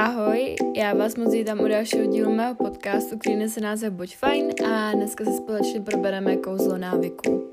Ahoj, já vás moc vítám u dalšího dílu mého podcastu, který nese název Buď fajn a dneska se společně probereme kouzlo návyku.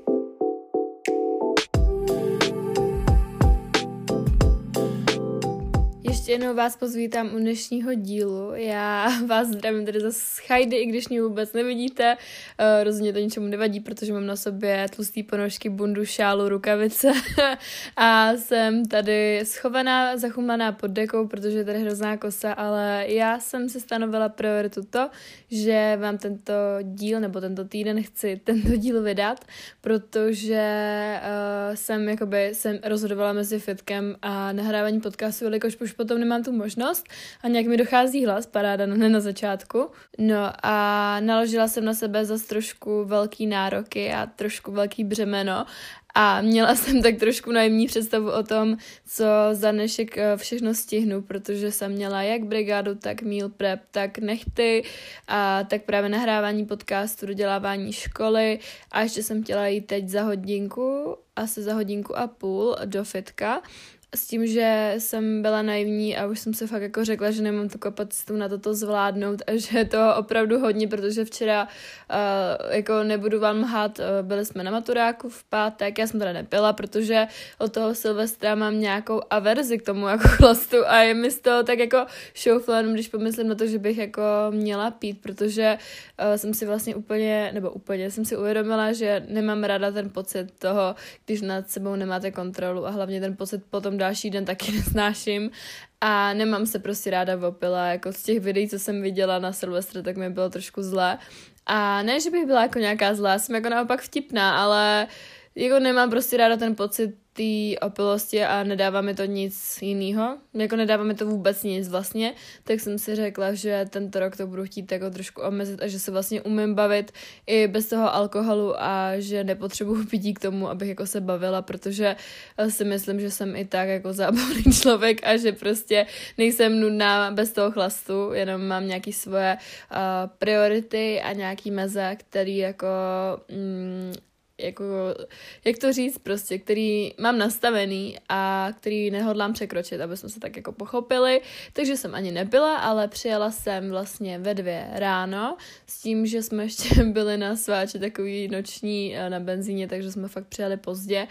Ještě jednou vás pozvítám u dnešního dílu. Já vás zdravím tady zase Heidi, i když mě vůbec nevidíte. Rozhodně to ničemu nevadí, protože mám na sobě tlustý ponožky, bundu, šálu, rukavice a jsem tady schovaná, zachumlaná pod dekou, protože je tady hrozná kosa, ale já jsem si stanovila prioritu to, že vám tento díl nebo tento týden chci tento díl vydat, protože jsem rozhodovala mezi fitkem a nahrávání podcastu, jelikož už potom nemám tu možnost a nějak mi dochází hlas, paráda na začátku. No a naložila jsem na sebe zase trošku velký nároky a trošku velký břemeno a měla jsem tak trošku naivní představu o tom, co za dnešek všechno stihnu, protože jsem měla jak brigádu, tak meal prep, tak nechty a tak právě nahrávání podcastu, dodělávání školy a ještě jsem chtěla jít teď asi za hodinku a půl do fitka. S tím, že jsem byla naivní a už jsem se fakt jako řekla, že nemám tu kapacitu na toto zvládnout a že je to opravdu hodně, protože včera, jako nebudu vám lhát, byli jsme na maturáku v pátek, já jsem teda nepila, protože od toho Silvestra mám nějakou averzi k tomu jako chlastu a je mi z toho tak jako šouflo, když pomyslím na to, že bych jako měla pít, protože jsem si vlastně úplně jsem si uvědomila, že nemám ráda ten pocit toho, když nad sebou nemáte kontrolu a hlavně ten pocit potom další den taky nesnáším a nemám se prostě ráda opila, jako z těch videí, co jsem viděla na Silvestra, tak mi bylo trošku zlé a ne, že bych byla jako nějaká zlá, jsem jako naopak vtipná, ale jako nemám prostě ráda ten pocit té opilosti a nedává mi to nic jiného, jako nedává mi to vůbec nic vlastně, tak jsem si řekla, že tento rok to budu chtít jako trošku omezit a že se vlastně umím bavit i bez toho alkoholu a že nepotřebuji pití k tomu, abych jako se bavila, protože si myslím, že jsem i tak jako zábavný člověk a že prostě nejsem nudná bez toho chlastu, jenom mám nějaký svoje priority a nějaký meze, který jako jak to říct prostě, který mám nastavený a který nehodlám překročit, aby jsme se tak jako pochopili, takže jsem ani nepila, ale přijela jsem vlastně ve 2 ráno s tím, že jsme ještě byli na sváče takový noční na benzíně, takže jsme fakt přijeli pozdě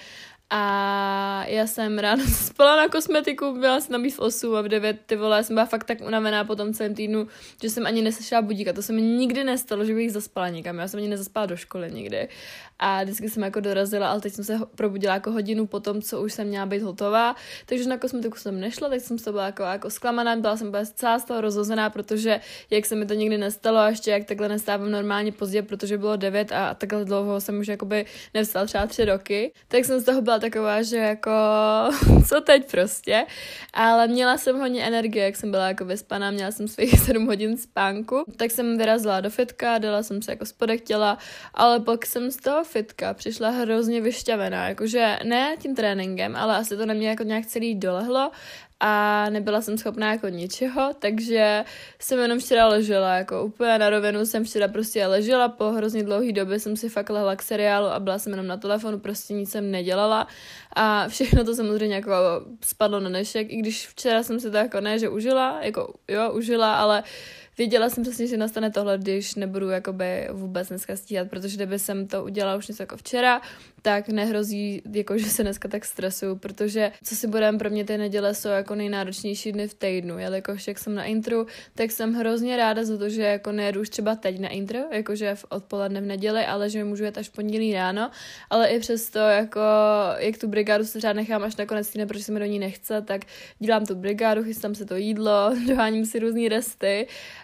a já jsem ráno spala na kosmetiku, byla jsem tam být v 8 a v 9, ty vole, jsem byla fakt tak unavená po tom celém týdnu, že jsem ani neslyšela budík a to se mi nikdy nestalo, že bych zaspala někam, já jsem ani nezaspala do školy nikdy a vždycky jsem jako dorazila, ale teď jsem se probudila jako hodinu po tom, co už jsem měla být hotová, takže na kosmetiku jsem nešla, tak jsem z toho byla jako zklamaná, byla jsem celá z toho rozhozená, protože jak se mi to nikdy nestalo a ještě jak takhle nestávám normálně pozdě, protože bylo 9 a takhle dlouho jsem už jakoby nevstala třeba 3 roky, tak jsem z toho byla taková, že jako co teď prostě, ale měla jsem hodně energie, jak jsem byla jako vyspaná, měla jsem svých 7 hodin spánku, tak jsem vyrazila do fitka, dala jsem se jako spodek těla, ale pak jsem z toho fitka přišla hrozně vyšťavená, jakože ne tím tréninkem, ale asi to na mě jako nějak celý dolehlo a nebyla jsem schopná jako ničeho, takže jsem jenom včera ležela, jako úplně na rovinu jsem včera prostě ležela, po hrozně dlouhý době jsem si fakt lehla k seriálu a byla jsem jenom na telefonu, prostě nic jsem nedělala a všechno to samozřejmě jako spadlo na dnešek, i když včera jsem si to jako ne, že užila, jako jo, užila, ale věděla jsem přesně, že nastane tohle, když nebudu jakoby vůbec dneska stíhat, protože kdyby jsem to udělala už něco jako včera, tak nehrozí, jako, že se dneska tak stresuju, protože co si budem, pro mě ty neděle jsou jako nejnáročnější dny v týdnu, jelikož jak jsem na intru, tak jsem hrozně ráda za to, že jako nejedu už třeba teď na intro, jakože v odpoledne v neděli, ale že mi můžu jet až v pondělí ráno, ale i přesto jako, jak tu brigádu se třeba nechám až na konec týdne, protože se mi do ní nechce, tak dělám tu brigádu, chystám si to jídlo, doháním si různý resty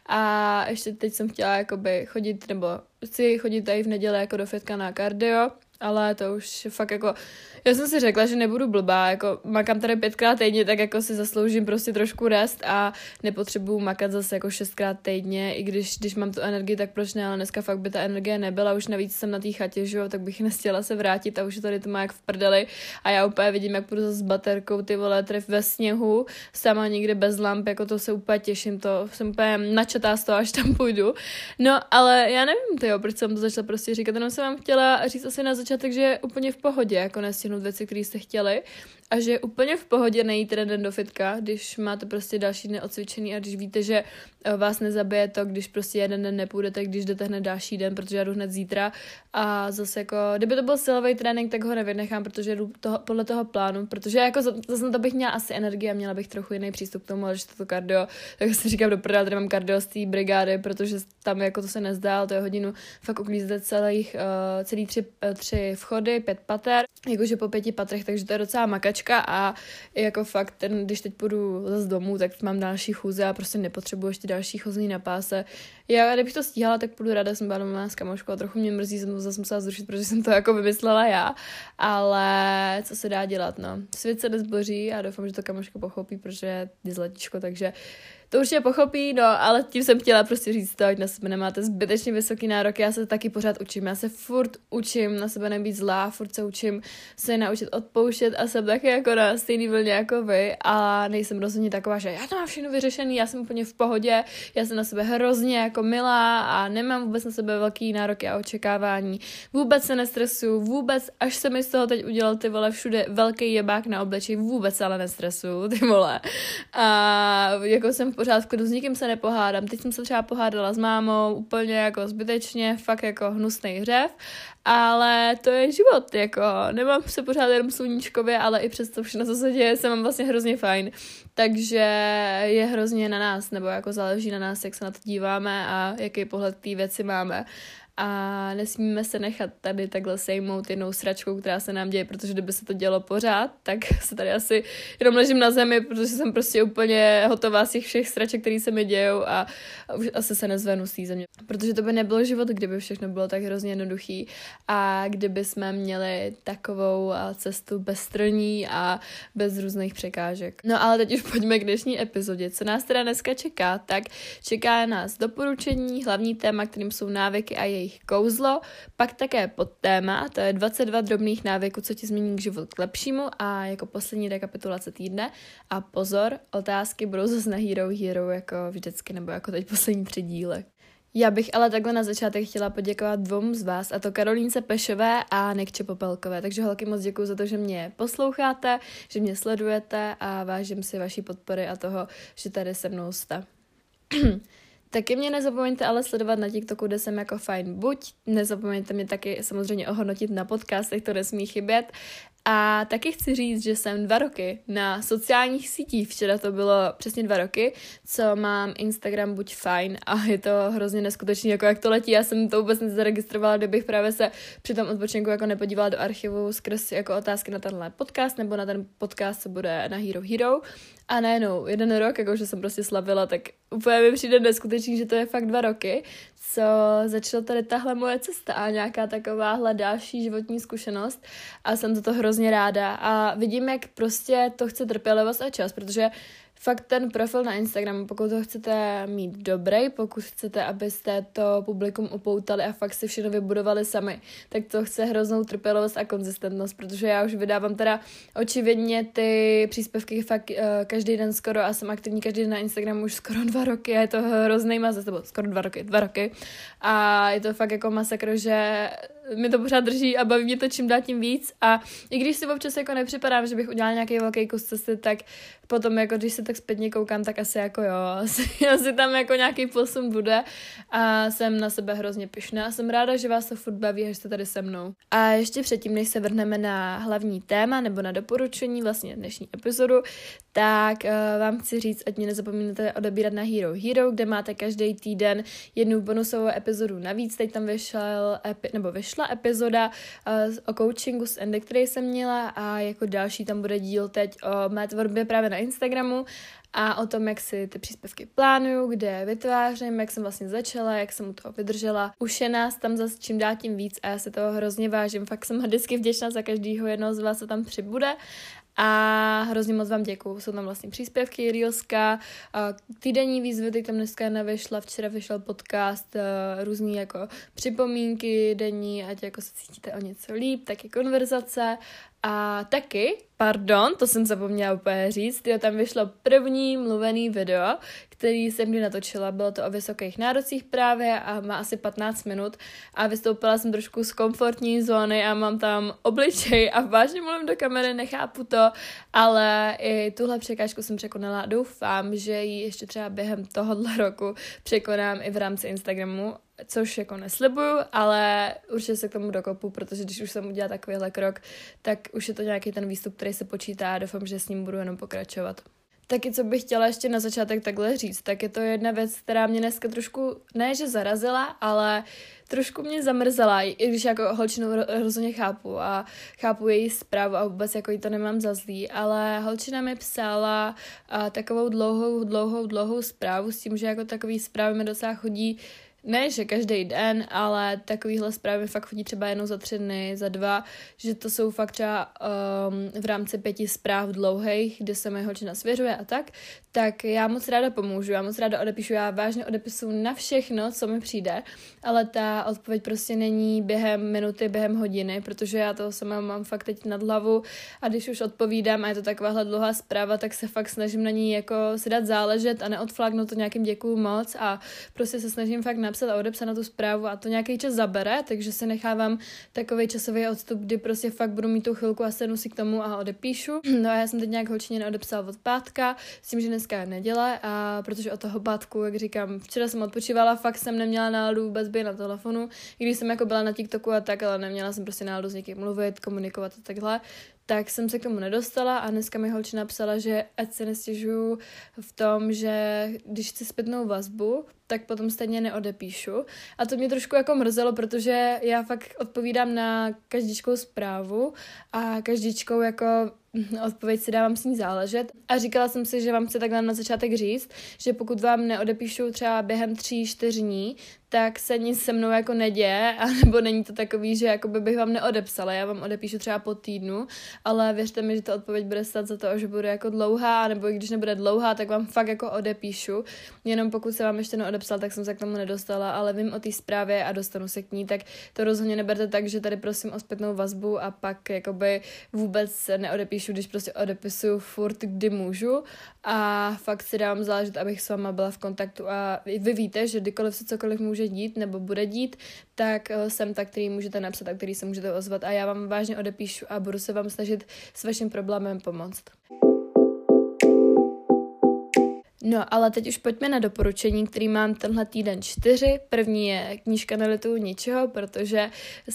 a ještě teď jsem chtěla jakoby chodit, nebo chci chodit tady v neděli jako do fitka na kardio, ale to už fakt jako, já jsem si řekla, že nebudu blbá, jako makám tady 5krát týdně, tak jako si zasloužím prostě trošku rest a nepotřebuju makat zase jako 6krát týdně, i když mám tu energii, tak proč ne, ale dneska fakt by ta energie nebyla, už navíc jsem na té chatě, že jo, tak bych nechtěla se vrátit a už je tady to má jak v prdeli a já úplně vidím, jak půjdu zase s baterkou, ty vole, tref ve sněhu, sama někde bez lamp, jako to se úplně těším, to jsem úplně načatá z toho, až tam půjdu, no ale já nevím, tyjo, proč jsem to začala prostě říkat, jenom jsem vám chtěla říct asi na začátek, že je úplně v pohodě, jako nestihnout věci, které jste chtěli a že je úplně v pohodě nejít jeden den do fitka, když máte prostě další dny odcvičený a když víte, že vás nezabije to, když prostě jeden den nepůjdete, když jdete hned další den, protože já jdu hned zítra a zase jako, kdyby to byl silový trénink, tak ho nevynechám, protože jdu podle toho plánu, protože jako zase na to bych měla asi energii a měla bych trochu jiný přístup k tomu, ale že to kardio, tak si říkám do prdele, tady mám kardio z té brigády, protože tam jako to se nezdá, ale to je hodinu fakt uklízíte celý tři vchody, 5 pater, jakože po 5 patrech, takže to je docela makačka a jako fakt, když teď půjdu zase domů, tak mám další chůze a prostě nepotřebuji ještě další chození na páse. Já, kdybych to stíhala, tak půjdu ráda, jsem byla doma s kamoškou a trochu mě mrzí, jsem to zase musela zrušit, protože jsem to jako vymyslela já, ale co se dá dělat, no. Svět se nezboří a doufám, že to kamoška pochopí, protože je zlatíčko, takže to určitě pochopí, no, ale tím jsem chtěla prostě říct to, ať na sebe nemáte zbytečně vysoký nárok, já se taky pořád učím, já se furt učím na sebe nebýt zlá, furt se učím se naučit odpouštět a jsem taky jako na stejný vlně jako vy a nejsem rozhodně taková, že já to mám všechno vyřešený, já jsem úplně v pohodě, já jsem na sebe hrozně jako milá a nemám vůbec na sebe velký nároky a očekávání, vůbec se nestresuju, vůbec, až se mi z toho teď udělal ty vole všude velký jebák na obličeji, vůbec ale nestresuju, ty vole. A jako jsem v pořádku, s nikým se nepohádám. Teď jsem se třeba pohádala s mámou, úplně jako zbytečně, fakt jako hnusnej hřev, ale to je život, jako nemám se pořád jenom sluníčkově, ale i přes to všechno, co se děje, se mám vlastně hrozně fajn. Takže je hrozně na nás, nebo jako záleží na nás, jak se na to díváme a jaký pohled té věci máme. A nesmíme se nechat tady takhle sejmout jednou sračkou, která se nám děje, protože kdyby se to dělo pořád, tak se tady asi jenom ležím na zemi, protože jsem prostě úplně hotová z těch všech sraček, které se mi dějou a už asi se nezvenu z té země. Protože to by nebylo život, kdyby všechno bylo tak hrozně jednoduchý a kdyby jsme měli takovou cestu bez strní a bez různých překážek. No ale teď už pojďme k dnešní epizodě. Co nás teda dneska čeká, tak čeká nás doporučení, hlavní téma, kterým jsou návyky a jejich kouzlo, pak také podtéma, to je 22 drobných návyků, co ti změní život k lepšímu a jako poslední rekapitulace týdne a pozor, otázky budou zase na Hero jako vždycky, nebo jako teď poslední 3 díly. Já bych ale takhle na začátek chtěla poděkovat 2 z vás, a to Karolínce Pešové a Nekče Popelkové. Takže holky, moc děkuju za to, že mě posloucháte, že mě sledujete a vážím si vaší podpory a toho, že tady se mnou jste. Taky mě nezapomeňte ale sledovat na TikToku, kde jsem jako fajn buď. Nezapomeňte mě taky samozřejmě ohodnotit na podcastech, to nesmí chybět. A taky chci říct, že jsem 2 roky na sociálních sítích, včera to bylo přesně 2 roky, co mám Instagram buď fajn a je to hrozně neskutečný, jako jak to letí. Já jsem to vůbec nezaregistrovala, kdybych právě se při tom odpočinku jako nepodívala do archivu skrz jako otázky na tenhle podcast nebo na ten podcast, co bude na Hero. A najednou 1 rok, jakože jsem prostě slavila, tak úplně mi přijde neskutečný, že to je fakt 2 roky, co začala tady tahle moje cesta a nějaká takováhle další životní zkušenost a jsem za to hrozně ráda a vidím, jak prostě to chce trpělivost a čas, protože fakt ten profil na Instagramu, pokud ho chcete mít dobrý, pokud chcete, abyste to publikum upoutali a fakt si všechno vybudovali sami, tak to chce hroznou trpělivost a konzistentnost, protože já už vydávám teda očividně ty příspěvky fakt každý den skoro a jsem aktivní každý den na Instagramu už skoro 2 roky a je to hrozný mazec, nebo skoro 2 roky a je to fakt jako masakr, že mi to pořád drží a baví mě to čím dál tím víc a i když si občas jako nepřipadám, že bych udělala nějaký velký kus cesty, tak potom jako když se tak zpětně koukám, tak asi jako jo, asi tam jako nějaký posun bude a jsem na sebe hrozně pyšná a jsem ráda, že vás to furt baví a že jste tady se mnou. A ještě předtím, než se vrhneme na hlavní téma nebo na doporučení vlastně dnešní epizodu, tak vám chci říct, ať mě nezapomínáte odebírat na Hero, kde máte každý týden 1 bonusovou epizodu navíc. Teď tam vyšla epizoda o coachingu s Andy, který jsem měla a jako další tam bude díl teď o mé tvorbě právě na Instagramu a o tom, jak si ty příspěvky plánuju, kde vytvářím, jak jsem vlastně začala, jak jsem u toho vydržela. Už je nás tam zase čím dál tím víc a já se toho hrozně vážím. Fakt jsem vždycky vděčná za každýho jednoho z vás, co tam přibude. A hrozně moc vám děkuju. Jsou tam vlastně příspěvky, reelska, týdenní výzvy, teď tam dneska nevyšla, včera vyšel podcast, různý jako připomínky denní, ať jako se cítíte o něco líp, taky konverzace A taky, to jsem zapomněla úplně říct, tam vyšlo první mluvený video, který jsem kdy natočila, bylo to o vysokých nárocích právě a má asi 15 minut a vystoupila jsem trošku z komfortní zóny a mám tam obličej a vážně mluvím do kamery, nechápu to, ale i tuhle překážku jsem překonala a doufám, že ji ještě třeba během tohohle roku překonám i v rámci Instagramu, což jako neslibuju, ale určitě se k tomu dokopu, protože když už jsem udělala takovýhle krok, tak už je to nějaký ten výstup, který se počítá a doufám, že s ním budu jenom pokračovat. Taky, co bych chtěla ještě na začátek takhle říct, tak je to jedna věc, která mě dneska trošku, ne že zarazila, ale trošku mě zamrzela, i když jako holčinu hrozně chápu a chápu její zprávu a vůbec jako jí to nemám za zlý, ale holčina mi psala takovou dlouhou zprávu s tím, že jako takový zprávy mi docela chodí ne, že každý den, ale takovýhle zprávy fakt chodí třeba jednou za 3 dny, za 2, že to jsou fakt třeba v rámci 5 zpráv dlouhých, kde se mi holčina svěřuje a tak já moc ráda pomůžu, já moc ráda odepíšu, já vážně odepisuju na všechno, co mi přijde, ale ta odpověď prostě není během minuty, během hodiny, protože já toho sama mám fakt teď nad hlavu a když už odpovídám a je to takováhle dlouhá zpráva, tak se fakt snažím na ní jako si dát záležet a neodfláknout to nějakým děkuju moc a prostě se snažím fakt napsat a odepsat na tu zprávu a to nějaký čas zabere, takže se nechávám takový časový odstup, kdy prostě fakt budu mít tu chvilku a sednu si k tomu a odepíšu. No a já jsem teď nějak holčině neodepsala od pátka, s tím, že dneska je neděle a protože od toho pátku, jak říkám, včera jsem odpočívala, fakt jsem neměla náladu vůbec být na telefonu, i když jsem jako byla na TikToku a tak, ale neměla jsem prostě náladu s někým mluvit, komunikovat a takhle, tak jsem se k tomu nedostala a dneska mi holčina psala, že ať se nestěžuju v tom, že když chci zpětnou vazbu, tak potom stejně neodepíšu. A to mě trošku jako mrzelo, protože já fakt odpovídám na každičkou zprávu a každičkou jako odpověď si dávám s ní záležet. A říkala jsem si, že vám chci takhle na začátek říct, že pokud vám neodepíšu třeba během 3-4 dní, tak se nic se mnou jako neděje, anebo není to takový, že jakoby bych vám neodepsala, já vám odepíšu třeba po týdnu, ale věřte mi, že ta odpověď bude stát za to, že bude jako dlouhá, nebo i když nebude dlouhá, tak vám fakt jako odepíšu, jenom pokud se vám ještě neodepsal, tak jsem se k tomu nedostala, ale vím o té zprávě a dostanu se k ní, tak to rozhodně neberte tak, že tady prosím o zpětnou vazbu a pak jakoby vůbec neodepíšu, když prostě odepisuju furt, kdy můžu a fakt si dávám záležet, abych s váma byla v kontaktu a vy víte, že kdykoliv se cokoliv může dít nebo bude dít, tak jsem ta, který můžete napsat a který se můžete ozvat a já vám vážně odepíšu a budu se vám snažit s vaším problémem pomoct. No, ale teď už pojďme na doporučení, který mám tenhle týden 4. První je knížka Nelituju ničeho, protože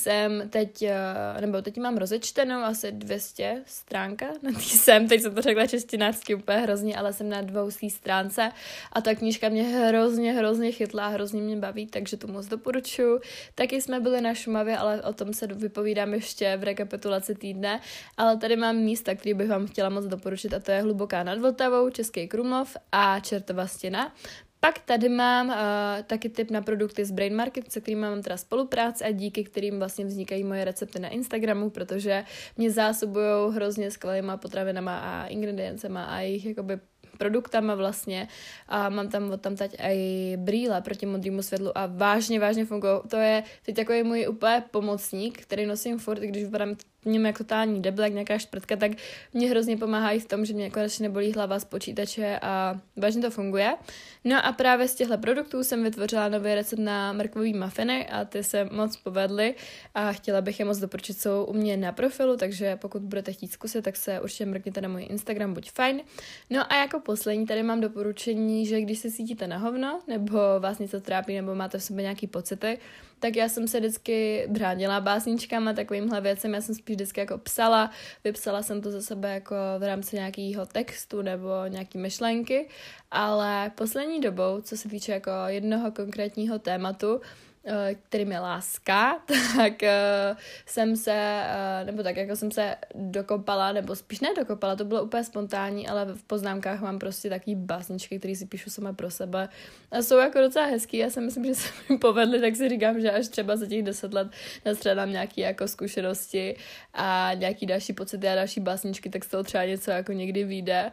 teď mám rozečtenou asi 200 stránka, teď jsem to řekla češtinářsky úplně hrozně, ale jsem na 200 stránce a ta knížka mě hrozně chytla, hrozně mě baví, takže tu moc doporučuji. Taky jsme byli na Šumavě, ale o tom se vypovídám ještě v rekapitulaci týdne, ale tady mám místa, který bych vám chtěla moc doporučit a to je Hluboká nad Vltavou, Český Krumlov a Čertova stěna. Pak tady mám taky tip na produkty z Brain Market, se kterými mám teda spolupráci a díky kterým vlastně vznikají moje recepty na Instagramu, protože mě zásobujou hrozně skvělýma potravinama a ingrediencema a jejich jakoby produktama vlastně a mám tam odtamtať i brýle proti modrému světlu a vážně fungují. To je teď takový můj úplně pomocník, který nosím furt, i když vypadám v něm jako totální debil, jak nějaká šprtka, tak mě hrozně pomáhají v tom, že mě konečně nebolí hlava z počítače a vážně to funguje. No a právě z těchto produktů jsem vytvořila nový recept na mrkvový muffiny a ty se moc povedly a chtěla bych je moc doporučit, jsou u mě na profilu, takže pokud budete chtít zkusit, tak se určitě mrkněte na můj Instagram, buď fajn. No a jako poslední tady mám doporučení, že když se cítíte na hovno, nebo vás něco trápí, nebo máte v sobě nějaký pocity, tak já jsem se vždycky bránila básničkama, takovýmhle věcem, já jsem spíš vždycky jako psala, vypsala jsem to za sebe jako v rámci nějakého textu nebo nějaký myšlenky, ale poslední dobou, co se týče jako jednoho konkrétního tématu, kterým je láska, tak jsem se, nebo tak jako jsem se dokopala, nebo spíš nedokopala, to bylo úplně spontánní, ale v poznámkách mám prostě taky básničky, které si píšu sama pro sebe a jsou jako docela hezký, já si myslím, že se mi povedly, tak si říkám, že až třeba za těch 10 let nastřádám nějaké jako zkušenosti a nějaký další pocity a další básničky, tak z toho třeba něco jako někdy vyjde.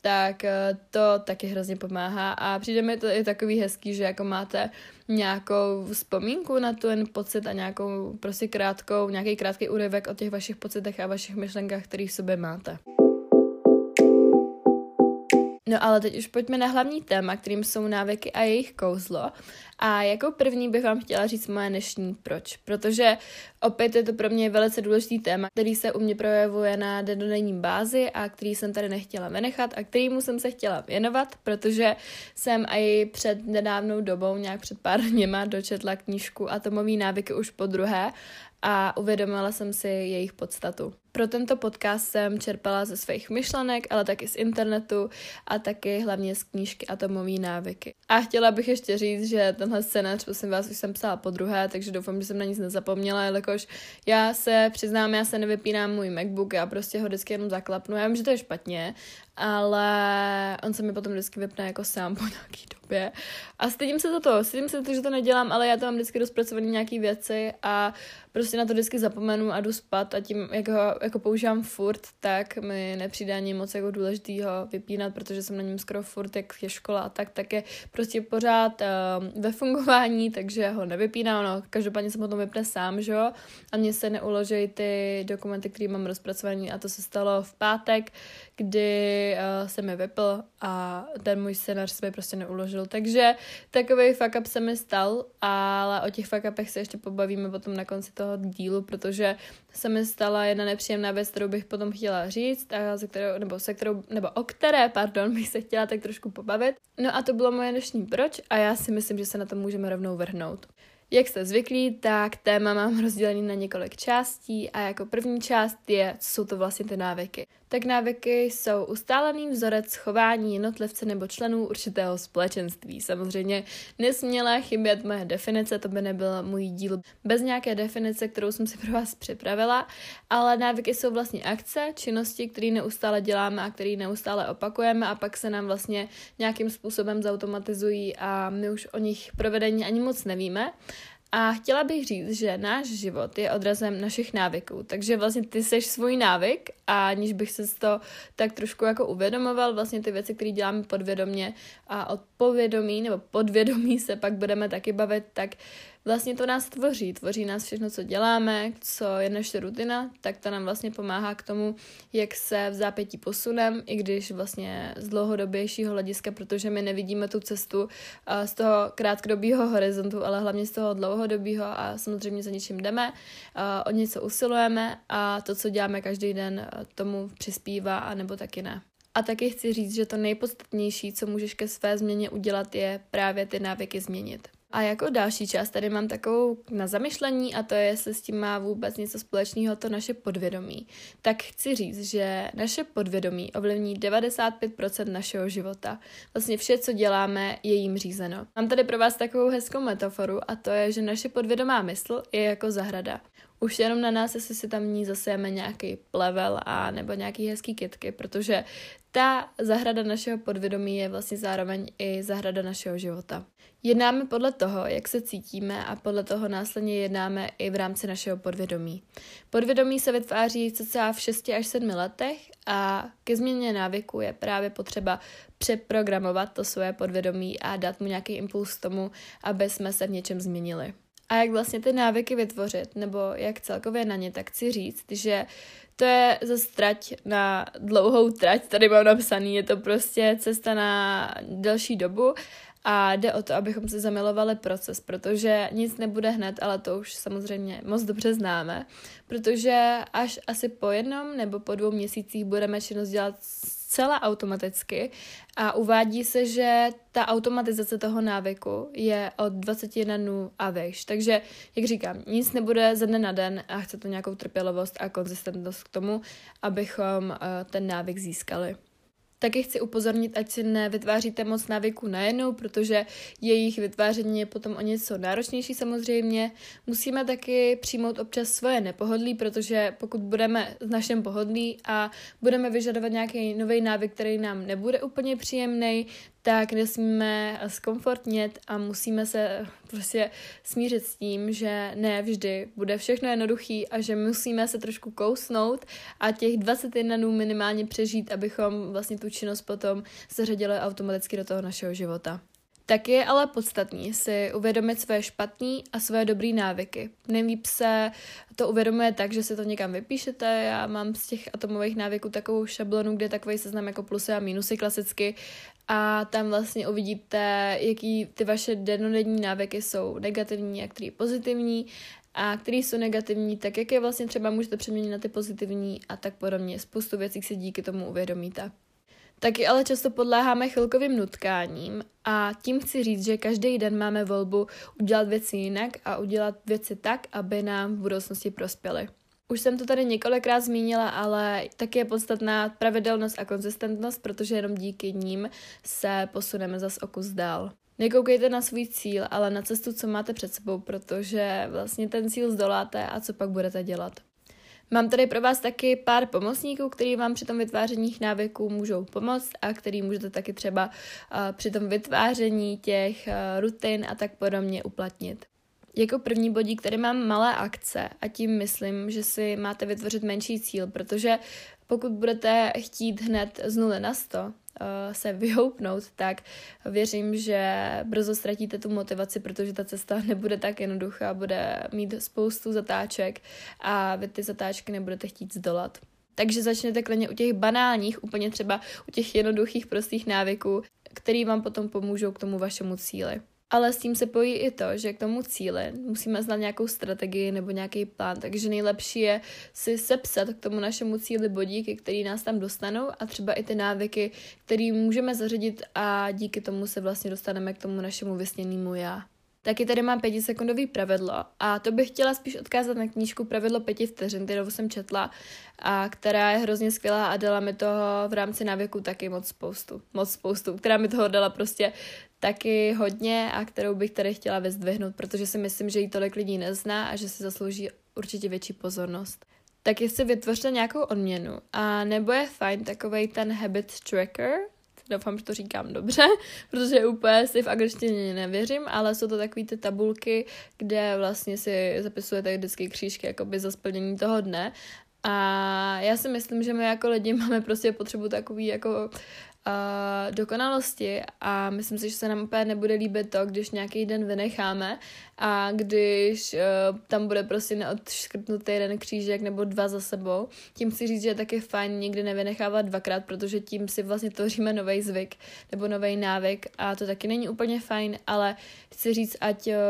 tak to taky hrozně pomáhá a přijde mi to i takový hezký, že jako máte nějakou vzpomínku na ten pocit a nějakou prostě nějaký krátký úryvek o těch vašich pocitech a vašich myšlenkách, který v sobě máte. No ale teď už pojďme na hlavní téma, kterým jsou návyky a jejich kouzlo. A jako první bych vám chtěla říct moje dnešní proč. Protože opět je to pro mě velice důležitý téma, který se u mě projevuje na dennodenní bázi a který jsem tady nechtěla vynechat a kterýmu jsem se chtěla věnovat, protože jsem i před nedávnou dobou, nějak před pár dněma, dočetla knížku Atomové návyky už podruhé a uvědomila jsem si jejich podstatu. Pro tento podcast jsem čerpala ze svých myšlenek, ale taky z internetu a taky hlavně z knížky Atomové návyky. A chtěla bych ještě říct, že tenhle scénář, prosím vás, už jsem psala podruhé, takže doufám, že jsem na nic nezapomněla, jelikož já se přiznám, já se nevypínám můj MacBook, já prostě ho vždycky jenom zaklapnu. Já vím, že to je špatně, ale on se mi potom vždycky vypne jako sám po nějaký době. A stydím se to, že to nedělám, ale já to mám vždycky rozpracovaný nějaký věci a prostě na to vždycky zapomenu a jdu spát a tím, jak ho jako používám furt, tak mi nepřijde ani moc jako důležitýho vypínat, protože jsem na něm skoro furt, jak je škola a tak je prostě pořád ve fungování, takže ho nevypínám, no, každopádně se potom vypne sám, že jo, a mně se neuloží ty dokumenty, které mám rozpracovaný a to se stalo v pátek, kdy se mi vypl a ten můj scénář se mi prostě neuložil, takže takovej fuck up se mi stal, ale o těch fuck upech se ještě pobavíme potom na konci toho dílu, protože se mi stala jedna nepříjemná věc, kterou bych potom chtěla říct a o které bych se chtěla tak trošku pobavit. No a to bylo moje dnešní proč a já si myslím, že se na to můžeme rovnou vrhnout. Jak jste zvyklí, tak téma mám rozdělený na několik částí a jako první část jsou to vlastně ty návyky. Tak návyky jsou ustálený vzorec chování jednotlivce nebo členů určitého společenství. Samozřejmě nesměla chybět moje definice, to by nebyl můj díl bez nějaké definice, kterou jsem si pro vás připravila, ale návyky jsou vlastně akce, činnosti, které neustále děláme a které neustále opakujeme a pak se nám vlastně nějakým způsobem zautomatizují a my už o nich provedení ani moc nevíme. A chtěla bych říct, že náš život je odrazem našich návyků, takže vlastně ty seš svůj návyk a aniž bych se to tak trošku jako uvědomoval, vlastně ty věci, které děláme podvědomě a od povědomí nebo podvědomí se pak budeme taky bavit, tak vlastně to nás tvoří nás všechno, co děláme, co je naše rutina, tak to nám vlastně pomáhá k tomu, jak se v zápětí posunem, i když vlastně z dlouhodobějšího hlediska, protože my nevidíme tu cestu z toho krátkodobého horizontu, ale hlavně z toho dlouhodobého a samozřejmě za něčím jdeme, o něco usilujeme a to, co děláme každý den, tomu přispívá, anebo taky ne. A taky chci říct, že to nejpodstatnější, co můžeš ke své změně udělat, je právě ty návyky změnit. A jako další část tady mám takovou na zamyšlení a to je, jestli s tím má vůbec něco společného to naše podvědomí. Tak chci říct, že naše podvědomí ovlivní 95% našeho života. Vlastně vše, co děláme, je jím řízeno. Mám tady pro vás takovou hezkou metaforu a to je, že naše podvědomá mysl je jako zahrada. Už jenom na nás, jestli si tam ní zasejeme nějaký plevel a nebo nějaký hezký kytky, protože ta zahrada našeho podvědomí je vlastně zároveň i zahrada našeho života. Jednáme podle toho, jak se cítíme a podle toho následně jednáme i v rámci našeho podvědomí. Podvědomí se vytváří cca v 6 až 7 letech a ke změně návyku je právě potřeba přeprogramovat to svoje podvědomí a dát mu nějaký impuls k tomu, aby jsme se v něčem změnili. A jak vlastně ty návyky vytvořit, nebo jak celkově na ně, tak chci říct, že to je zase trať na dlouhou trať, tady mám napsaný, je to prostě cesta na delší dobu a jde o to, abychom si zamilovali proces, protože nic nebude hned, ale to už samozřejmě moc dobře známe, protože až asi po 1 nebo po 2 měsících budeme činnost dělat zcela automaticky a uvádí se, že ta automatizace toho návyku je od 21 dnů a vejš. Takže, jak říkám, nic nebude ze dne na den a chce to nějakou trpělivost a konzistentnost k tomu, abychom ten návyk získali. Taky chci upozornit, ať si nevytváříte moc návyků najednou, protože jejich vytváření je potom o něco náročnější samozřejmě. Musíme taky přijmout občas svoje nepohodlí, protože pokud budeme v našem pohodlí a budeme vyžadovat nějaký nový návyk, který nám nebude úplně příjemný, tak nesmíme zkomfortnět a musíme se prostě smířit s tím, že ne vždy bude všechno jednoduchý a že musíme se trošku kousnout a těch 21 dnů minimálně přežít, abychom vlastně tu činnost potom zařadili automaticky do toho našeho života. Tak je ale podstatný si uvědomit své špatný a své dobrý návyky. Nejlíp se to uvědomuje tak, že si to někam vypíšete. Já mám z těch atomových návyků takovou šablonu, kde je takový seznam jako plusy a minusy klasicky a tam vlastně uvidíte, jaký ty vaše dennodenní návyky jsou negativní a který pozitivní a který jsou negativní, tak jak je vlastně třeba můžete přeměnit na ty pozitivní a tak podobně. Spoustu věcí si díky tomu uvědomíte. Taky ale často podléháme chvilkovým nutkáním a tím chci říct, že každý den máme volbu udělat věci jinak a udělat věci tak, aby nám v budoucnosti prospěly. Už jsem to tady několikrát zmínila, ale taky je podstatná pravidelnost a konzistentnost, protože jenom díky ním se posuneme zas o kus dál. Nekoukejte na svůj cíl, ale na cestu, co máte před sebou, protože vlastně ten cíl zdoláte a co pak budete dělat. Mám tady pro vás taky pár pomocníků, který vám při tom vytváření návyků můžou pomoct a který můžete taky třeba při tom vytváření těch rutin a tak podobně uplatnit. Jako první bodík tady mám malé akce a tím myslím, že si máte vytvořit menší cíl, protože pokud budete chtít hned z 0 na 100 se vyhoupnout, tak věřím, že brzo ztratíte tu motivaci, protože ta cesta nebude tak jednoduchá, bude mít spoustu zatáček a vy ty zatáčky nebudete chtít zdolat. Takže začněte klidně u těch banálních, úplně třeba u těch jednoduchých prostých návyků, který vám potom pomůžou k tomu vašemu cíli. Ale s tím se pojí i to, že k tomu cíli musíme znát nějakou strategii nebo nějaký plán, takže nejlepší je si sepsat k tomu našemu cíli bodíky, který nás tam dostanou a třeba i ty návyky, které můžeme zařadit a díky tomu se vlastně dostaneme k tomu našemu vysněnému já. Taky tady mám 5sekundový pravidlo a to bych chtěla spíš odkázat na knížku Pravidlo 5 vteřin, kterou jsem četla a která je hrozně skvělá a dala mi toho v rámci návyku taky moc spoustu, která mi toho dala prostě taky hodně a kterou bych tady chtěla vyzdvihnout, protože si myslím, že ji tolik lidí nezná a že si zaslouží určitě větší pozornost. Taky si vytvořte nějakou odměnu a nebo je fajn takovej ten habit tracker, doufám, že to říkám dobře, protože úplně si v angličtině nevěřím, ale jsou to takový ty tabulky, kde vlastně si zapisujete vždycky křížky jakoby za splnění toho dne a já si myslím, že my jako lidi máme prostě potřebu takový jako dokonalosti a myslím si, že se nám úplně nebude líbit to, když nějaký den vynecháme a když tam bude prostě neodškrtnutý jeden křížek nebo 2 za sebou. Tím chci říct, že je taky fajn někdy nevynechávat 2krát, protože tím si vlastně tvoříme nový zvyk nebo nový návyk a to taky není úplně fajn, ale chci říct,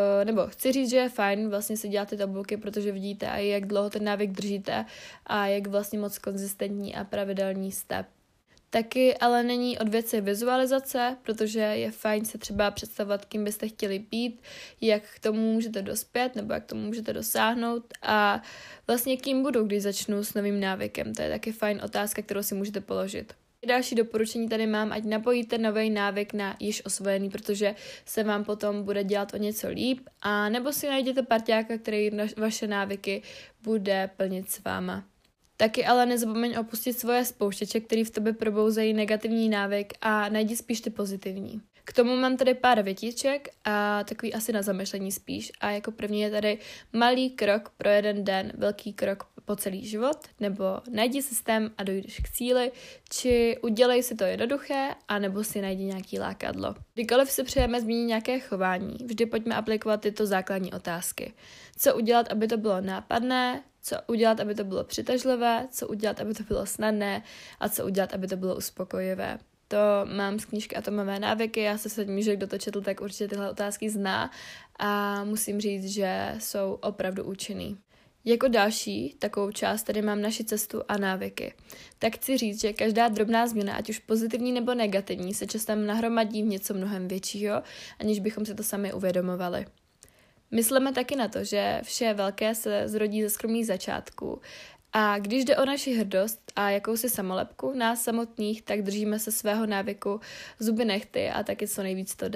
že je fajn vlastně si dělat ty tabulky, protože vidíte a jak dlouho ten návyk držíte a jak vlastně moc konzistentní a pravidelný jste. Taky ale není od věci vizualizace, protože je fajn se třeba představovat, kým byste chtěli být, jak k tomu můžete dospět nebo jak k tomu můžete dosáhnout a vlastně kým budu, když začnu s novým návykem. To je taky fajn otázka, kterou si můžete položit. Další doporučení tady mám, ať napojíte nový návyk na již osvojený, protože se vám potom bude dělat o něco líp a nebo si najděte parťáka, který vaše návyky bude plnit s váma. Taky ale nezapomeň opustit svoje spouštěče, který v tobě probouzejí negativní návyk a najdi spíš ty pozitivní. K tomu mám tady pár větíček a takový asi na zamyšlení spíš. A jako první je tady malý krok pro jeden den, velký krok po celý život, nebo najdi systém a dojdeš k cíli, či udělej si to jednoduché, anebo si najdi nějaký lákadlo. Kdykoliv si přejeme změnit nějaké chování, vždy pojďme aplikovat tyto základní otázky. Co udělat, aby to bylo nápadné, co udělat, aby to bylo přitažlivé, co udělat, aby to bylo snadné a co udělat, aby to bylo uspokojivé. To mám z knížky Atomové návyky, já se sadím, že kdo to četl, tak určitě tyhle otázky zná a musím říct, že jsou opravdu účinný. Jako další takovou část tady mám naši cestu a návyky. Tak chci říct, že každá drobná změna, ať už pozitivní nebo negativní, se časem nahromadí v něco mnohem většího, aniž bychom si to sami uvědomovali. Myslíme taky na to, že vše velké se zrodí ze skromných začátků a když jde o naši hrdost a jakousi samolepku nás samotných, tak držíme se svého návyku zuby nehty a taky co nejvíc to jde.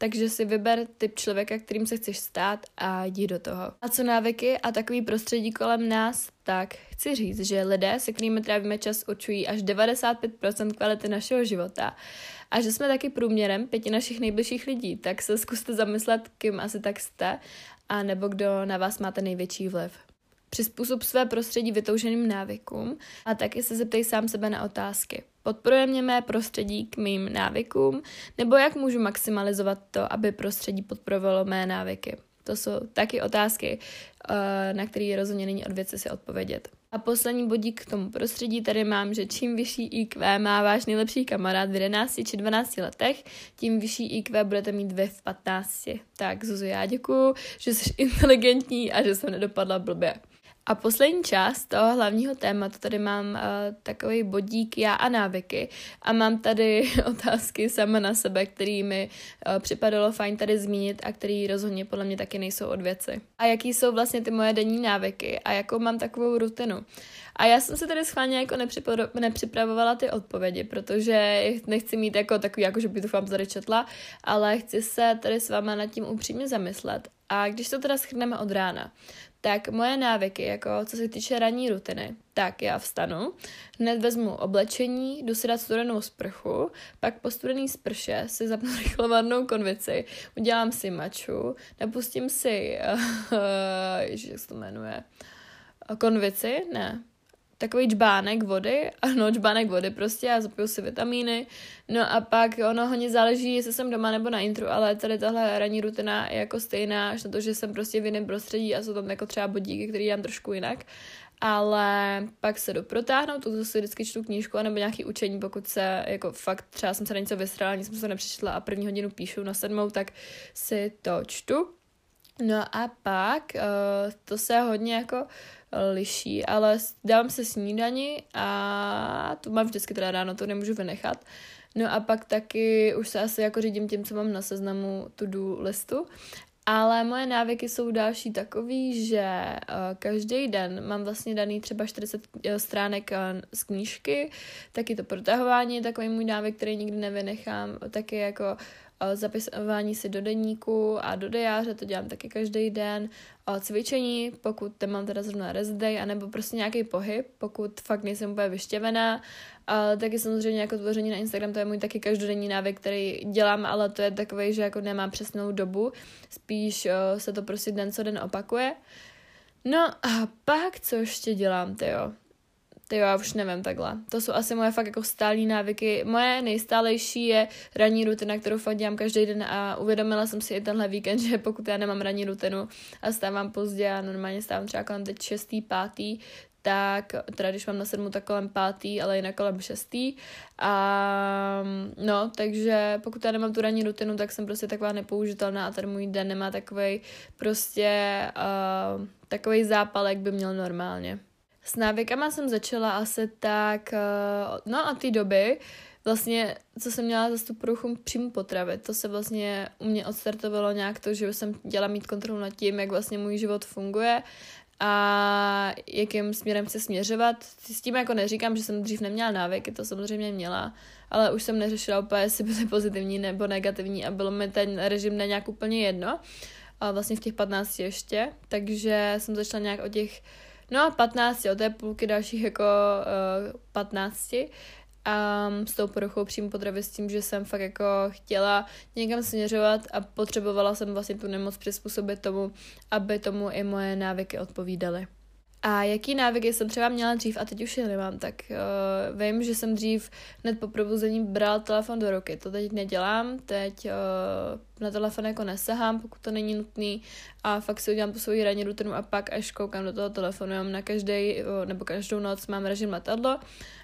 Takže si vyber typ člověka, kterým se chceš stát a jdi do toho. A co návyky a takový prostředí kolem nás, tak chci říct, že lidé, se kterými trávíme čas, určují až 95% kvality našeho života a že jsme taky průměrem 5 našich nejbližších lidí, tak se zkuste zamyslet, kým asi tak jste a nebo kdo na vás máte největší vliv. Přizpůsob své prostředí vytouženým návykům a taky se zeptej sám sebe na otázky. Podporuje mě mé prostředí k mým návykům, nebo jak můžu maximalizovat to, aby prostředí podporovalo mé návyky? To jsou taky otázky, na které rozhodně není od věci si odpovědět. A poslední bodík k tomu prostředí tady mám, že čím vyšší IQ má váš nejlepší kamarád v 11 či 12 letech, tím vyšší IQ budete mít vy v 15. Tak Zuzu, já děkuju, že jsi inteligentní a že jsem nedopadla blbě. A poslední část toho hlavního tématu, tady mám takový bodík já a návyky a mám tady otázky sama na sebe, které mi připadalo fajn tady zmínit a které rozhodně podle mě taky nejsou od věci. A jaký jsou vlastně ty moje denní návyky a jakou mám takovou rutinu. A já jsem se tady schválně jako nepřipravovala ty odpovědi, protože nechci mít jako takový, jako že bych to vám tady četla, ale chci se tady s váma nad tím upřímně zamyslet. A když to teda shrneme od rána, tak moje návyky, jako co se týče ranní rutiny, tak já vstanu, hned vezmu oblečení, jdu si dát studenou sprchu, pak po studený sprše si zapnu rychlovadnou konvici, udělám si maču, napustím si, jak se to jmenuje, konvici, ne, takový džbánek vody prostě a zapiju si vitamíny, no a pak ono hodně záleží, jestli jsem doma nebo na intru, ale tady tahle ranní rutina je jako stejná, až na to, že jsem prostě v jiném prostředí a jsou tam jako třeba bodíky, který dám trošku jinak, ale pak se jdu protáhnout, tu si vždycky čtu knížku anebo nějaký učení, pokud se, jako fakt třeba jsem se na něco vysrala, nic jsem se nepřečetla a první hodinu píšu na 7, tak si to čtu. No a pak to se hodně jako liší, ale dávám se snídani a to mám vždycky teda ráno, to nemůžu vynechat. No a pak taky už se asi jako řídím tím, co mám na seznamu to-do listu. Ale moje návyky jsou další takový, že každý den mám vlastně daný třeba 40 stránek z knížky, taky to protahování je takový můj návyk, který nikdy nevynechám, taky jako zapisování si do deníku a do diáře, to dělám taky každý den, cvičení, pokud nemám teda zrovna rest day, anebo prostě nějaký pohyb, pokud fakt nejsem úplně vyštěvená, taky samozřejmě jako tvoření na Instagram, to je můj taky každodenní návyk, který dělám, ale to je takovej, že jako nemám přesnou dobu, spíš se to prostě den co den opakuje. No a pak, co ještě dělám, tyjo, já už nevím takhle. To jsou asi moje fakt jako stálý návyky. Moje nejstálejší je ranní rutina, kterou fakt dělám každý den a uvědomila jsem si i tenhle víkend, že pokud já nemám ranní rutinu a stávám pozdě a normálně stávám třeba kolem teď 6. 5. tak, teda když mám na 7, tak kolem 5, ale jinak kolem 6. A no, takže pokud já nemám tu ranní rutinu, tak jsem prostě taková nepoužitelná a ten můj den nemá takovej prostě takovej zápal, jak by měl normálně. S návykama jsem začala asi tak, no a té doby, vlastně, co jsem měla za tu poruchu příjmu potravy, to se vlastně u mě odstartovalo nějak to, že jsem chtěla mít kontrolu nad tím, jak vlastně můj život funguje a jakým směrem chci směřovat. S tím jako neříkám, že jsem dřív neměla návyky, to samozřejmě měla, ale už jsem neřešila úplně, jestli byly pozitivní nebo negativní a bylo mi ten režim nějak úplně jedno, a vlastně v těch 15 ještě, takže jsem začala nějak o těch 15, od té půlky dalších jako 15 a s tou poruchou příjmu potravy s tím, že jsem fakt jako chtěla někam směřovat a potřebovala jsem vlastně tu nemoc přizpůsobit tomu, aby tomu i moje návyky odpovídaly. A jaký návyky jsem třeba měla dřív a teď už je nemám, tak vím, že jsem dřív hned po probuzení brala telefon do ruky. To teď nedělám, teď na telefon jako nesahám, pokud to není nutný a fakt si udělám tu svoji ranní rutinu a pak až koukám do toho telefonu. Já mám na každou noc mám režim letadlo,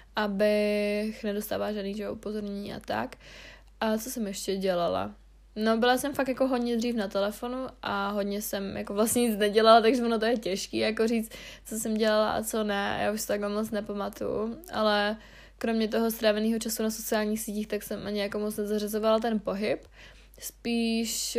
abych nedostávala žádný upozornění a tak. A co jsem ještě dělala? No, byla jsem fakt jako hodně dřív na telefonu a hodně jsem jako vlastně nic nedělala, takže ono to je těžký jako říct, co jsem dělala a co ne. Já už to takhle moc nepamatuju, ale kromě toho stráveného času na sociálních sítích, tak jsem ani jako moc nezařazovala ten pohyb. Spíš,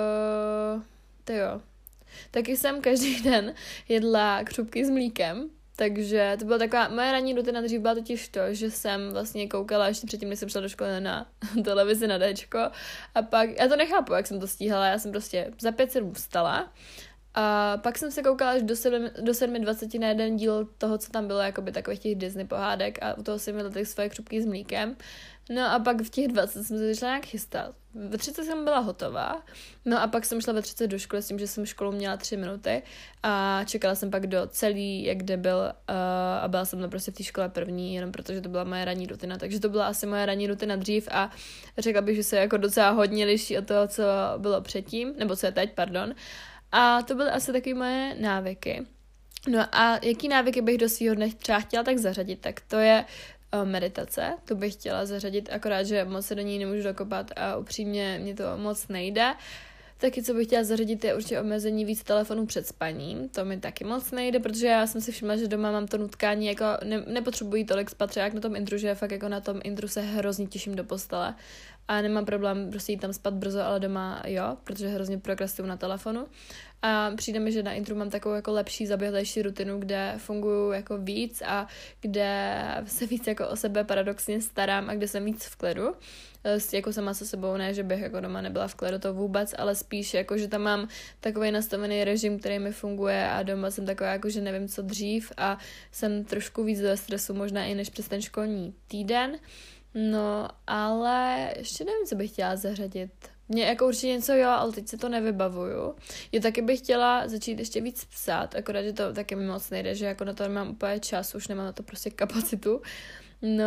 taky jsem každý den jedla křupky s mlíkem, Takže to byla taková, moje ranní rutina dřív byla totiž to, že jsem vlastně koukala ještě předtím, než jsem šla do školy na televizi na Dčko a pak, já to nechápu, jak jsem to stíhala, já jsem prostě za 5-7 vstala a pak jsem se koukala až do 7:20 na jeden díl toho, co tam bylo, jakoby takových těch Disney pohádek a u toho jsem měla ty svoje křupky s mlíkem. No a pak v těch 20 jsem se začala nějak chystat. Ve 30 jsem byla hotová, no a pak jsem šla ve 30 do školy s tím, že jsem školu měla 3 minuty a čekala jsem pak do celý, jak debil a byla jsem prostě v té škole první, jenom protože to byla moje ranní rutina, takže to byla asi moje ranní rutina dřív a řekla bych, že se jako docela hodně liší od toho, co bylo předtím, nebo co je teď, pardon. A to byly asi takové moje návyky. No a jaký návyky bych do svýho dne třeba chtěla tak zařadit, tak to je meditace, to bych chtěla zařadit, akorát, že moc se do ní nemůžu dokopat a upřímně mě to moc nejde. Taky, co bych chtěla zařadit, je určitě omezení víc telefonů před spaním. To mi taky moc nejde, protože já jsem si všimla, že doma mám to nutkání, jako nepotřebuji tolik spát, třeba jak na tom intru, že fakt jako na tom intru se hrozně těším do postele. A nemám problém prostě jít tam spát brzo, ale doma jo, protože hrozně prokrastuju na telefonu. A přijde mi, že na intru mám takovou jako lepší, zaběhlejší rutinu, kde funguju jako víc a kde se víc jako o sebe paradoxně starám a kde jsem víc v klidu. Jako sama se sebou, ne, že bych jako doma nebyla v klidu, to vůbec, ale spíš jako, že tam mám takový nastavený režim, který mi funguje a doma jsem taková jako, že nevím co dřív a jsem trošku víc ve stresu možná i než přes ten školní týden. No, ale ještě nevím, co bych chtěla zařadit. Mně jako určitě něco jo, ale teď se to nevybavuju. Jo, taky bych chtěla začít ještě víc psát, akorát, že to taky mi moc nejde, že jako na to nemám úplně čas, už nemám na to prostě kapacitu. No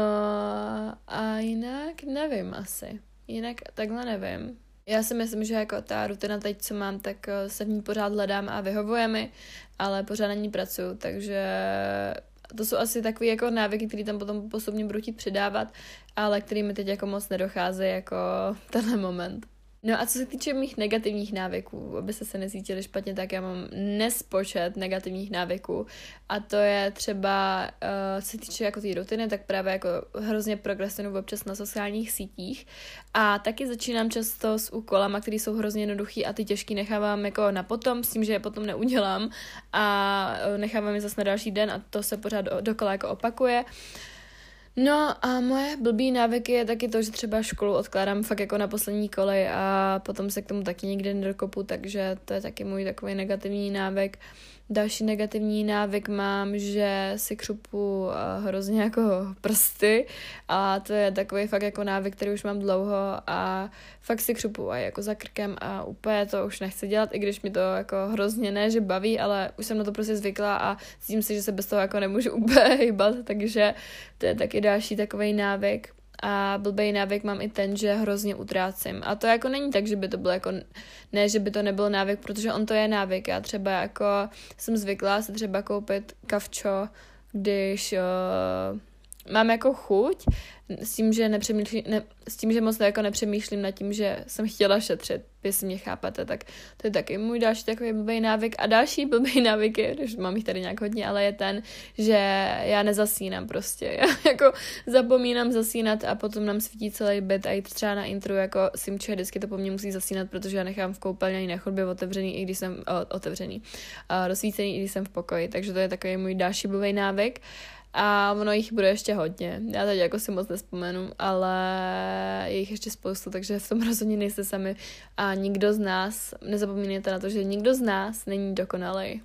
a jinak nevím asi. Jinak takhle nevím. Já si myslím, že jako ta rutina teď, co mám, tak se v ní pořád hledám a vyhovuje mi, ale pořád na ní pracuju, takže to jsou asi takový jako návyky, které tam potom postupně budu chtít přidávat, ale který mi teď jako moc nedocházejí jako tenhle moment. No a co se týče mých negativních návyků, abyste se necítili špatně, tak já mám nespočet negativních návyků a to je třeba, co se týče jako té rutiny, tak právě jako hrozně prokrastinuju občas na sociálních sítích a taky začínám často s úkolama, které jsou hrozně jednoduchý a ty těžký nechávám jako na potom, s tím, že je potom neudělám a nechávám je zase na další den a to se pořád dokola jako opakuje. No a moje blbý návyky je taky to, že třeba školu odkládám fakt jako na poslední kolej a potom se k tomu taky nikdy nedokopu, takže to je taky můj takový negativní návyk. Další negativní návyk mám, že si křupu hrozně jako prsty a to je takový fakt jako návyk, který už mám dlouho a fakt si křupu a jako za krkem a úplně to už nechci dělat, i když mi to jako hrozně ne, že baví, ale už jsem na to prostě zvykla a cítím si, že se bez toho jako nemůžu úplně hýbat, takže to je taky další takovej návyk. A blbej návyk mám i ten, že hrozně utrácím. A to jako není tak, že by to bylo jako, ne, že by to nebyl návyk, protože on to je návyk. Já třeba jako jsem zvyklá se třeba koupit kavčo, když mám jako chuť, s tím, že moc jako nepřemýšlím nad tím, že jsem chtěla šetřit, jestli mě chápete, tak to je taky můj další takový blbý návyk. A další blbý návyk je, když mám jich tady nějak hodně, ale je ten, že já nezasínám prostě. Já jako zapomínám zasínat a potom nám svítí celý byt a jít třeba na intro jako Simče vždycky to po mně musí zasínat, protože já nechám v koupelně ani na chodbě otevřený, i když jsem rozsvícený, i když jsem v pokoji. Takže to je takový můj další blbý návyk. A ono jich bude ještě hodně. Já teď jako si moc nespomenu, ale je jich ještě spoustu, takže v tom rozhodně nejste sami. A nikdo z nás, nezapomínejte na to, že nikdo z nás není dokonalej.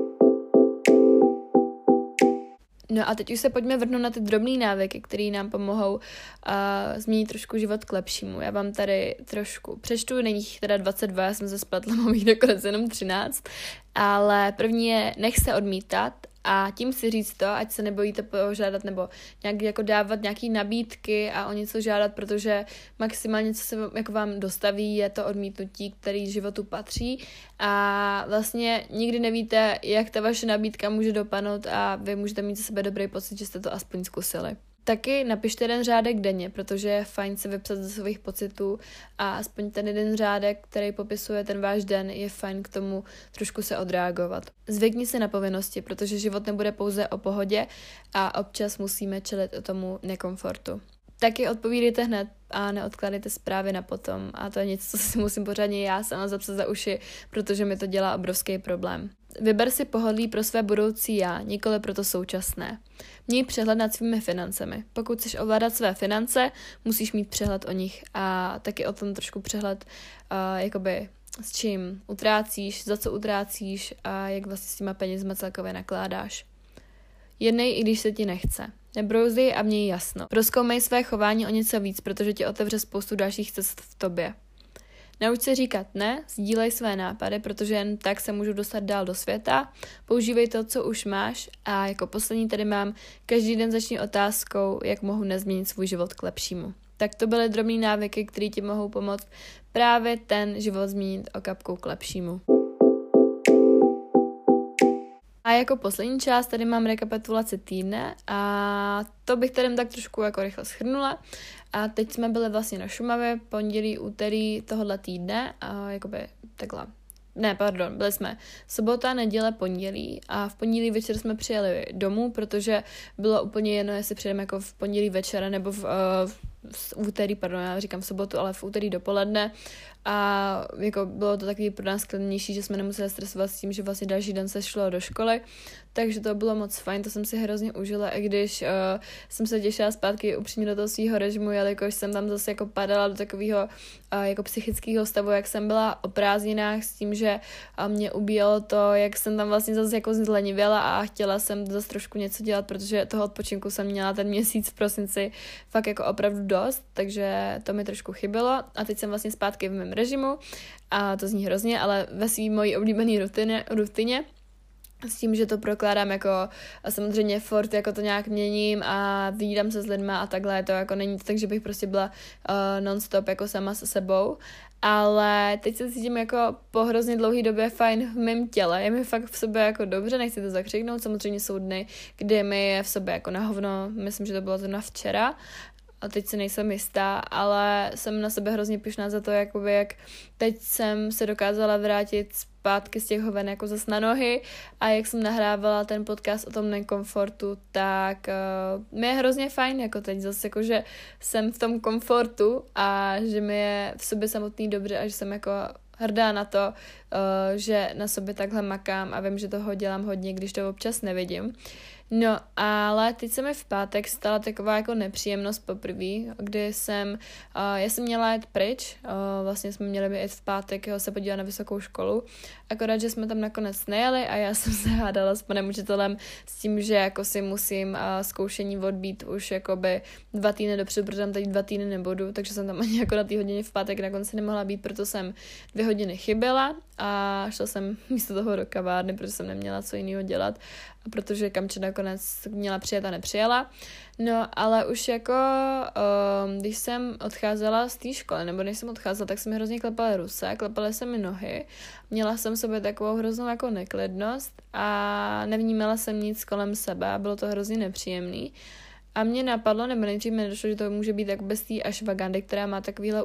No a teď už se pojďme vrhnout na ty drobné návyky, které nám pomohou změnit trošku život k lepšímu. Já vám tady trošku přečtu, není jich teda 22, já jsem se spletla, mám jich dokonce jenom 13, ale první je nech se odmítat. A tím si říct to, ať se nebojíte požádat nebo nějak jako dávat nějaký nabídky a o něco žádat, protože maximálně, co se jako vám dostaví, je to odmítnutí, který životu patří a vlastně nikdy nevíte, jak ta vaše nabídka může dopadnout a vy můžete mít za sebe dobrý pocit, že jste to aspoň zkusili. Taky napište jeden řádek denně, protože je fajn se vypsat ze svých pocitů a aspoň ten jeden řádek, který popisuje ten váš den, je fajn k tomu trošku se odreagovat. Zvykni se na povinnosti, protože život nebude pouze o pohodě a občas musíme čelit o tomu nekomfortu. taky odpovídejte hned a neodkládejte zprávy na potom. A to je něco, co si musím pořádně já sama zapsat za uši, protože mi to dělá obrovský problém. Vyber si pohodlí pro své budoucí já, nikoli pro to současné. Měj přehled nad svými financemi. Pokud chceš ovládat své finance, musíš mít přehled o nich a taky o tom trošku přehled, jakoby s čím utrácíš, za co utrácíš a jak vlastně s těma penězma celkově nakládáš. Jednej, i když se ti nechce. Nebrouzej a měj jasno. Prozkoumej své chování o něco víc, protože ti otevře spoustu dalších cest v tobě. Nauč se říkat ne, sdílej své nápady, protože jen tak se můžu dostat dál do světa. Používej to, co už máš a jako poslední tady mám každý den začni otázkou, jak mohu nezměnit svůj život k lepšímu. Tak to byly drobné návyky, které ti mohou pomoct právě ten život změnit o kapku k lepšímu. A jako poslední část tady mám rekapitulaci týdne a to bych tady tak trošku jako rychle shrnula. A teď jsme byli vlastně na Šumavě, pondělí, úterý tohohle týdne a jakoby takhle. Byli jsme sobota, neděle, pondělí a v pondělí večer jsme přijeli domů, protože bylo úplně jedno, jestli přijedeme jako v pondělí večer nebo v úterý, já říkám v sobotu, ale v úterý dopoledne a jako bylo to takový pro nás klidnější, že jsme nemuseli stresovat s tím, že vlastně další den se šlo do školy, takže to bylo moc fajn, to jsem si hrozně užila, i když jsem se těšila zpátky upřímně do toho svýho režimu, jelikož jsem tam zase jako padala do takového jako psychického stavu, jak jsem byla o prázdninách s tím, že mě ubíjelo to, jak jsem tam vlastně zase jako zlenivěla a chtěla jsem zase trošku něco dělat, protože toho odpočinku jsem měla ten měsíc v prosinci fakt jako opravdu dost, takže to mi trošku chybělo a teď jsem vlastně zpátky v mém režimu a to zní hrozně, ale ve svý mojí oblíbené rutině s tím, že to prokládám jako a samozřejmě furt jako to nějak měním a vídám se s lidma a takhle, to jako není to tak, že bych prostě byla non-stop jako sama se sebou, ale teď se cítím jako po hrozně dlouhé době fajn v mém těle, je mi fakt v sobě jako dobře, nechci to zakřiknout, samozřejmě jsou dny, kdy mi je v sobě jako na hovno, myslím, že to bylo zrovna včera, a teď si nejsem jistá, ale jsem na sebe hrozně pyšná za to, jakoby, jak teď jsem se dokázala vrátit zpátky z těch hoven jako zas na nohy a jak jsem nahrávala ten podcast o tom nekomfortu, tak mi je hrozně fajn jako teď zase, jako, že jsem v tom komfortu a že mi je v sobě samotný dobře a že jsem jako hrdá na to, že na sobě takhle makám a vím, že toho dělám hodně, když to občas nevidím. No, ale teď se mi v pátek stala taková jako nepříjemnost poprvé, kdy já jsem měla jet pryč, vlastně jsme měli jet v pátek se podívat na vysokou školu, akorát, že jsme tam nakonec nejeli a já jsem se hádala s panem učitelem s tím, že jako si musím zkoušení odbít už jakoby 2 týdny dopředu, protože tam teď 2 týdny nebudu, takže jsem tam ani jako na té hodině v pátek na konci nemohla být, proto jsem 2 hodiny chyběla a šla jsem místo toho do kavárny, protože jsem neměla co jiného dělat a protože Kamče nakonec měla přijet a nepřijela. No, ale už jako, když jsem odcházela z té školy, nebo než jsem odcházela, tak se mi hrozně klepaly ruce, klepaly se mi nohy, měla jsem v sobě takovou hroznou jako neklidnost a nevnímala jsem nic kolem sebe a bylo to hrozně nepříjemný. A mě napadlo, nebo nejdřív mi došlo, že to může být jako bez té ashwagandy, která má takovýhle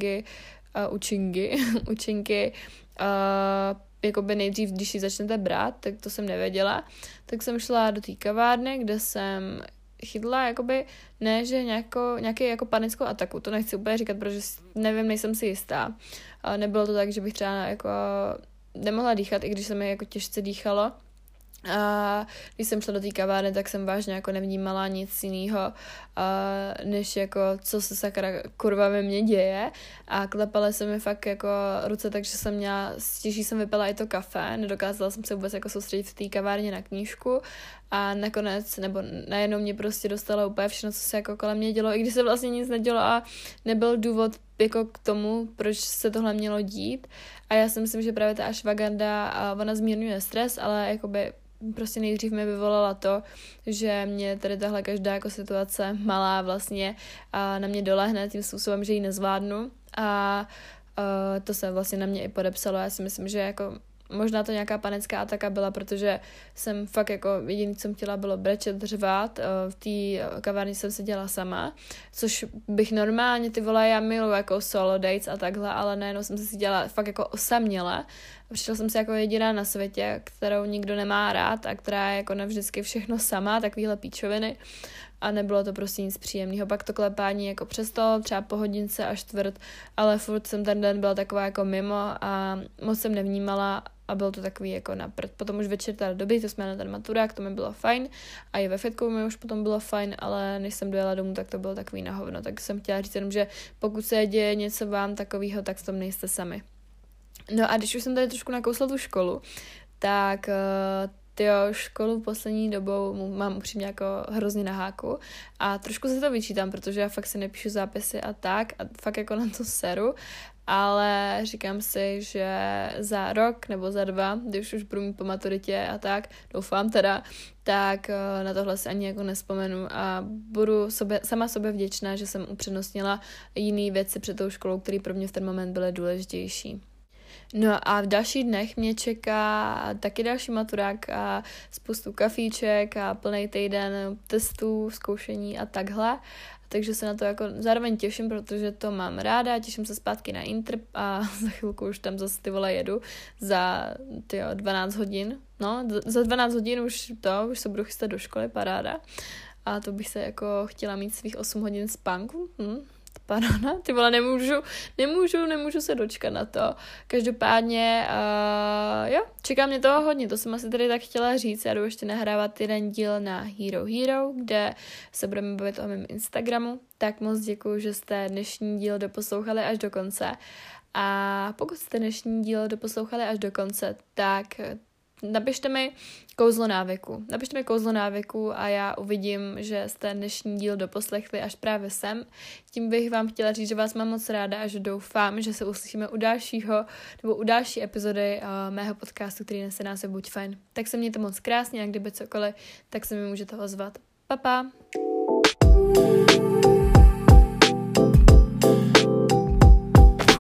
účinky, jakoby nejdřív, když ji začnete brát, tak to jsem nevěděla, tak jsem šla do té kavárny, kde jsem chytla, jakoby, ne, že nějaký jako panickou ataku, to nechci úplně říkat, protože nevím, nejsem si jistá. Nebylo to tak, že bych třeba jako nemohla dýchat, i když se mi jako těžce dýchalo. A když jsem šla do té kavárny, tak jsem vážně jako nevnímala nic jiného, než jako co se sakra kurva ve mně děje a klepaly se mi fakt jako ruce, takže jsem měla, stěží jsem vypila i to kafe, nedokázala jsem se vůbec jako soustředit v té kavárně na knížku a nakonec, nebo najednou mě prostě dostalo úplně všechno, co se jako kolem mě dělo, i když se vlastně nic nedělo a nebyl důvod jako k tomu, proč se tohle mělo dít a já si myslím, že právě ta ashwagandha, ona zmírňuje stres, ale jakoby prostě nejdřív mi vyvolala to, že mě tady tahle každá jako situace malá vlastně na mě dolehne tím způsobem, že ji nezvládnu a to se vlastně na mě i podepsalo. Já si myslím, že jako možná to nějaká panická ataka byla, protože jsem fakt jako jediný, co jsem chtěla, bylo brečet, řvát. V té kavárně jsem seděla sama, což bych normálně, ty vole, já miluji jako solo dates a takhle, ale najednou jsem se dělala fakt jako osaměle. Přišla jsem si jako jediná na světě, kterou nikdo nemá rád a která je jako navždycky všechno sama, takovýhle píčoviny. a nebylo to prostě nic příjemného. Pak to klepání jako přestalo, třeba po hodince až čtvrt, ale furt jsem ten den byla taková jako mimo a moc jsem nevnímala a bylo to takový jako na prd. Potom už večer teda dobrý, to jsme na ten maturák, to mi bylo fajn a i ve Fitku mi už potom bylo fajn, ale než jsem dojela domů, tak to bylo takový na hovno. Tak jsem chtěla říct jenom, že pokud se děje něco vám takového, tak v tom nejste sami. No a když už jsem tady trošku nakousla tu školu, tak školu poslední dobou mám upřímně jako hrozně na háku a trošku se to vyčítám, protože já fakt si nepíšu zápisy a tak a fakt jako na to seru, ale říkám si, že za rok nebo za 2, když už budu mít po maturitě a tak, doufám teda, tak na tohle si ani jako nespomenu a budu sama sobě vděčná, že jsem upřednostnila jiné věci před tou školou, které pro mě v ten moment byly důležitější. No a v dalších dnech mě čeká taky další maturák a spoustu kafíček a plný týden testů, zkoušení a takhle. Takže se na to jako zároveň těším, protože to mám ráda, těším se zpátky na Interp a za chvilku už tam zase jedu za 12 hodin. No, za 12 hodin už se budu chystat do školy, paráda. A to bych se jako chtěla mít svých 8 hodin spánku. Paráda, ty vole, nemůžu se dočkat na to. Každopádně, čeká mě toho hodně, to jsem asi tady tak chtěla říct. Já jdu ještě nahrávat jeden díl na Hero, kde se budeme bavit o mém Instagramu. Tak moc děkuju, že jste dnešní díl doposlouchali až do konce. A pokud jste dnešní díl doposlouchali až do konce, tak napište mi kouzlo návyku a já uvidím, že jste dnešní díl doposlechli až právě sem. Tím bych vám chtěla říct, že vás mám moc ráda a že doufám, že se uslyšíme u další epizody mého podcastu, který nese název Buď fajn. Tak se mějte moc krásně a kdyby cokoliv, tak se mi můžete ozvat. Pa, pa!